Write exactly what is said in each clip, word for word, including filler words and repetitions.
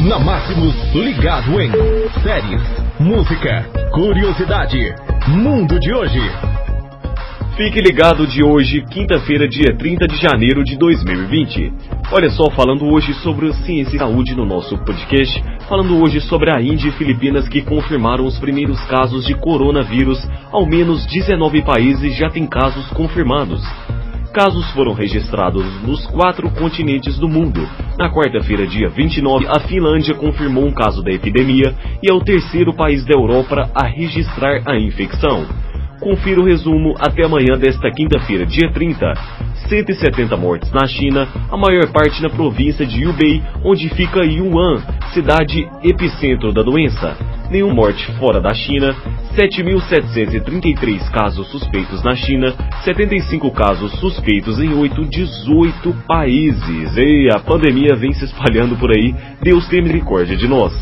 Na Máximos, ligado em séries, música, curiosidade, mundo de hoje. Fique ligado de hoje, quinta-feira, dia trinta de janeiro de dois mil e vinte. Olha só, falando hoje sobre ciência e saúde no nosso podcast, falando hoje sobre a Índia e Filipinas que confirmaram os primeiros casos de coronavírus. Ao menos dezenove países já têm casos confirmados. Casos foram registrados nos quatro continentes do mundo. Na quarta-feira, dia vinte e nove, a Finlândia confirmou um caso da epidemia e é o terceiro país da Europa a registrar a infecção. Confira o resumo até amanhã desta quinta-feira, dia trinta. cento e setenta mortes na China, a maior parte na província de Hubei, onde fica Yuan, cidade epicentro da doença. Nenhuma morte fora da China. sete mil setecentos e trinta e três casos suspeitos na China, setenta e cinco casos suspeitos em oito, dezoito países. E a pandemia vem se espalhando por aí, Deus tenha misericórdia de nós.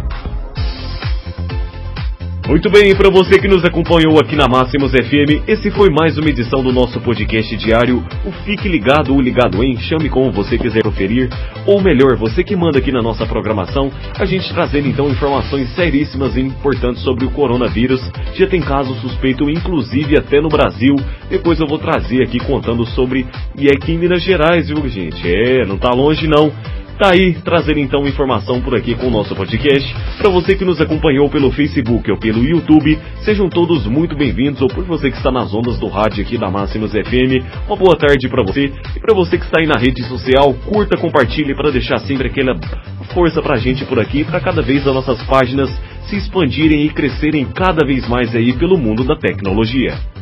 Muito bem, para você que nos acompanhou aqui na Máximos F M, esse foi mais uma edição do nosso podcast diário, o Fique Ligado ou Ligado em, chame como você quiser proferir, ou melhor, você que manda aqui na nossa programação, a gente trazendo então informações seríssimas e importantes sobre o coronavírus. Já tem caso suspeito, inclusive até no Brasil, depois eu vou trazer aqui contando sobre, e é aqui em Minas Gerais, viu gente, é, não tá longe não. Tá aí, trazendo então informação por aqui com o nosso podcast. Para você que nos acompanhou pelo Facebook ou pelo YouTube, sejam todos muito bem-vindos, ou por você que está nas ondas do rádio aqui da Máximos F M, uma boa tarde para você. E para você que está aí na rede social, curta, compartilhe para deixar sempre aquela força pra gente por aqui, para cada vez as nossas páginas se expandirem e crescerem cada vez mais aí pelo mundo da tecnologia.